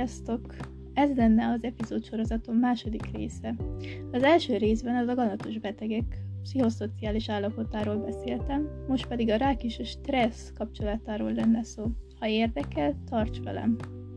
Sziasztok! Ez lenne az epizódsorozatom második része. Az első részben a daganatos betegek pszichoszociális állapotáról beszéltem, most pedig a rák és a stressz kapcsolatáról lenne szó. Ha érdekel, tarts velem!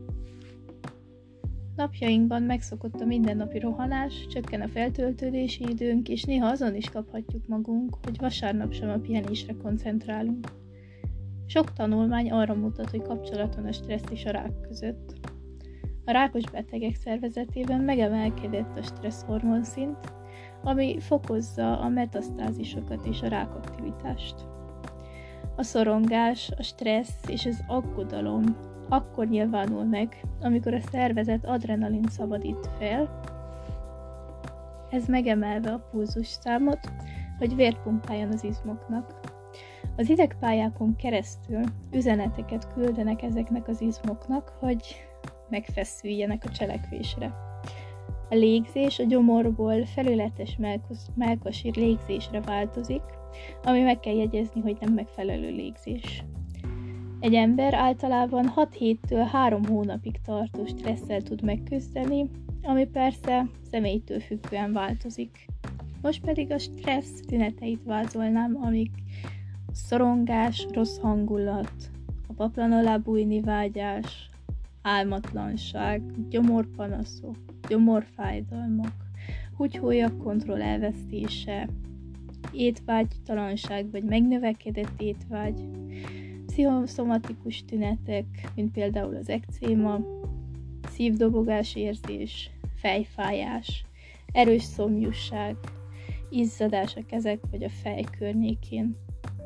Napjainkban megszokott a mindennapi rohanás, csökken a feltöltődési időnk, és néha azon is kaphatjuk magunk, hogy vasárnap sem a pihenésre koncentrálunk. Sok tanulmány arra mutat, hogy kapcsolat van a stressz és a rák között. A rákos betegek szervezetében megemelkedett a stressz hormonszint, ami fokozza a metasztázisokat és a rákaktivitást. A szorongás, a stressz és az aggodalom akkor nyilvánul meg, amikor a szervezet adrenalint szabadít fel, ez megemelve a pulzusszámot, hogy vért pumpáljon az izmoknak. Az idegpályákon keresztül üzeneteket küldenek ezeknek az izmoknak, hogy megfeszüljenek a cselekvésre. A légzés a gyomorból felületes mellkasi légzésre változik, ami meg kell jegyezni, hogy nem megfelelő légzés. Egy ember általában 6 héttől 3 hónapig tartó stresszel tud megküzdeni, ami persze személytől függően változik. Most pedig a stressz tüneteit vázolnám, amik a szorongás, rossz hangulat, a paplan alá bújni vágyás, álmatlanság, gyomorpanaszok, gyomorfájdalmak, húgyhólyak kontroll elvesztése, étvágytalanság vagy megnövekedett étvágy, pszichoszomatikus tünetek, mint például az ekcéma, szívdobogás érzés, fejfájás, erős szomjúság, izzadás a kezek vagy a fej környékén.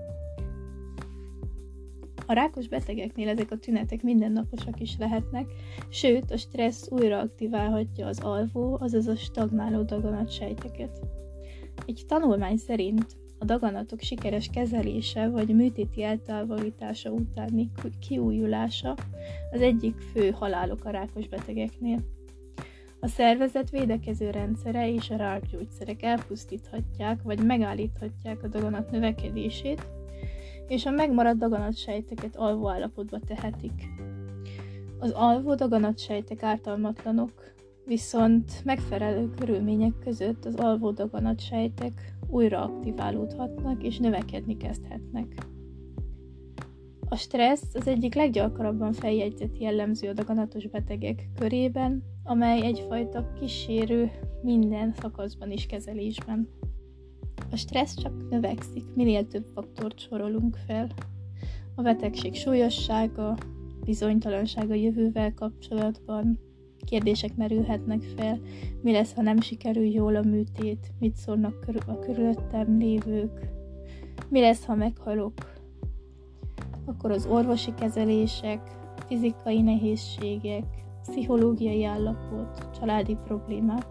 A rákos betegeknél ezek a tünetek mindennaposak is lehetnek, sőt a stressz újra aktiválhatja az alvó, azaz a stagnáló daganatsejteket. Egy tanulmány szerint a daganatok sikeres kezelése vagy műtéti eltávolítása utáni kiújulása az egyik fő halálok a rákos betegeknél. A szervezet védekező rendszere és a rákgyógyszerek elpusztíthatják vagy megállíthatják a daganat növekedését, és a megmaradt daganatsejteket alvó állapotba tehetik. Az alvó daganatsejtek ártalmatlanok, viszont megfelelő körülmények között az alvó daganatsejtek újra aktiválódhatnak és növekedni kezdhetnek. A stressz az egyik leggyakrabban feljegyzett jellemző a daganatos betegek körében, amely egyfajta kísérő minden szakaszban is kezelésben. A stressz csak növekszik, minél több faktort sorolunk fel. A betegség súlyossága, bizonytalanság a jövővel kapcsolatban, kérdések merülhetnek fel, mi lesz, ha nem sikerül jól a műtét, mit szólnak a körülöttem lévők, mi lesz, ha meghalok. Akkor az orvosi kezelések, fizikai nehézségek, pszichológiai állapot, családi problémák.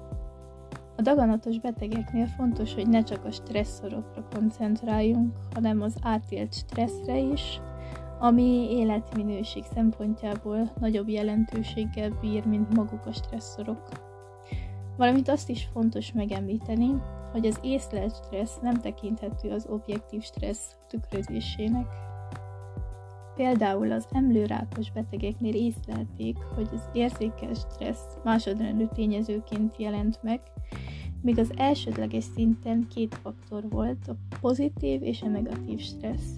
A daganatos betegeknél fontos, hogy ne csak a stresszorokra koncentráljunk, hanem az átélt stresszre is, ami életminőség szempontjából nagyobb jelentőséggel bír, mint maguk a stresszorok. Valamint azt is fontos megemlíteni, hogy az észlelt stressz nem tekinthető az objektív stressz tükrözésének. Például az emlőrákos betegeknél észlelték, hogy az érzékelt stressz másodrendű tényezőként jelent meg, míg az elsődleges szinten 2 faktor volt, a pozitív és a negatív stressz.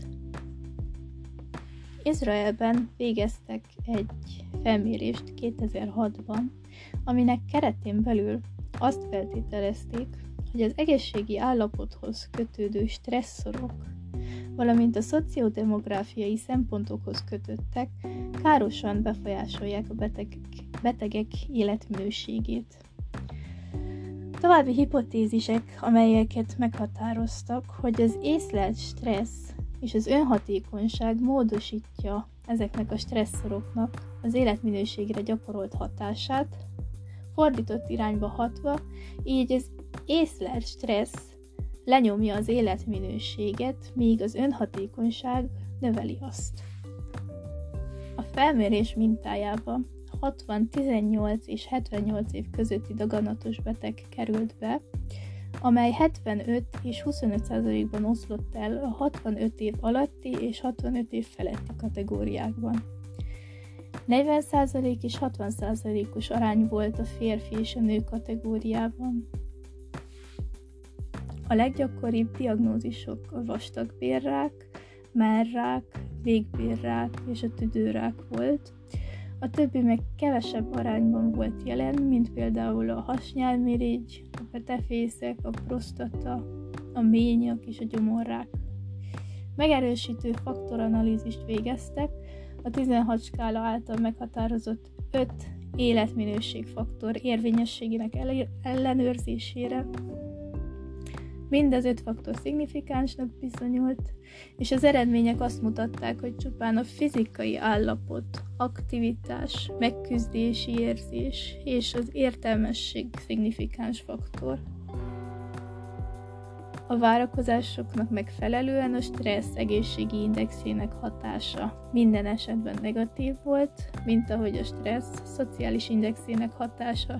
Izraelben végeztek egy felmérést 2006-ban, aminek keretén belül azt feltételezték, hogy az egészségi állapothoz kötődő stresszorok, valamint a szociodemográfiai szempontokhoz kötöttek, károsan befolyásolják a betegek életminőségét. További hipotézisek, amelyeket meghatároztak, hogy az észlelt stressz és az önhatékonyság módosítja ezeknek a stresszoroknak az életminőségre gyakorolt hatását, fordított irányba hatva, így az észlelt stressz lenyomja az életminőséget, míg az önhatékonyság növeli azt. A felmérés mintájába 60, 18 és 78 év közötti daganatos beteg került be, amely 75 és 25%-ban oszlott el a 65 év alatti és 65 év feletti kategóriákban. 40% és 60%-os arány volt a férfi és a nő kategóriában. A leggyakoribb diagnózisok a vastagbélrák, mellrák, végbélrák és a tüdőrák volt. A többi meg kevesebb arányban volt jelen, mint például a hasnyálmirigy, a petefészek, a prostata, a ményak és a gyomorrák. Megerősítő faktoranalízist végeztek a 16 skála által meghatározott 5 életminőségfaktor érvényességének ellenőrzésére. Mind az 5 faktor szignifikánsnak bizonyult, és az eredmények azt mutatták, hogy csupán a fizikai állapot, aktivitás, megküzdési érzés és az értelmesség szignifikáns faktor. A várakozásoknak megfelelően a stressz egészségi indexének hatása minden esetben negatív volt, mint ahogy a stressz szociális indexének hatása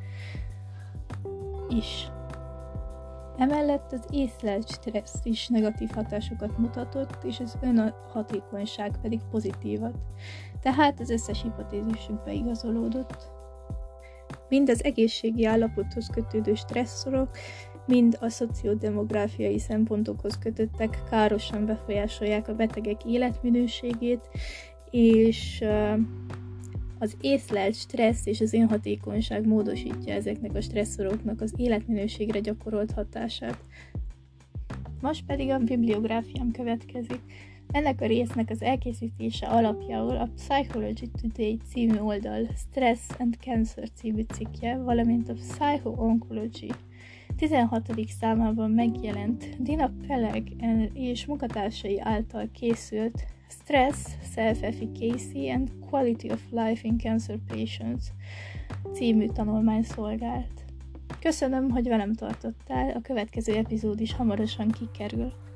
is. Emellett az észlelt stressz is negatív hatásokat mutatott, és az önhatékonyság pedig pozitívat. Tehát az összes hipotézisünk beigazolódott. Mind az egészségi állapothoz kötődő stresszorok, mind a szociodemográfiai szempontokhoz kötöttek károsan befolyásolják a betegek életminőségét, és az észlelt stressz és az önhatékonyság módosítja ezeknek a stresszoroknak az életminőségre gyakorolt hatását. Most pedig a bibliográfiám következik. Ennek a résznek az elkészítése alapjául a Psychology Today című oldal Stress and Cancer című cikkje, valamint a Psycho-Oncology 16. számában megjelent Dina Peleg és munkatársai által készült Stress, Self-Efficacy and Quality of Life in Cancer Patients című tanulmány szolgált. Köszönöm, hogy velem tartottál, a következő epizód is hamarosan kikerül.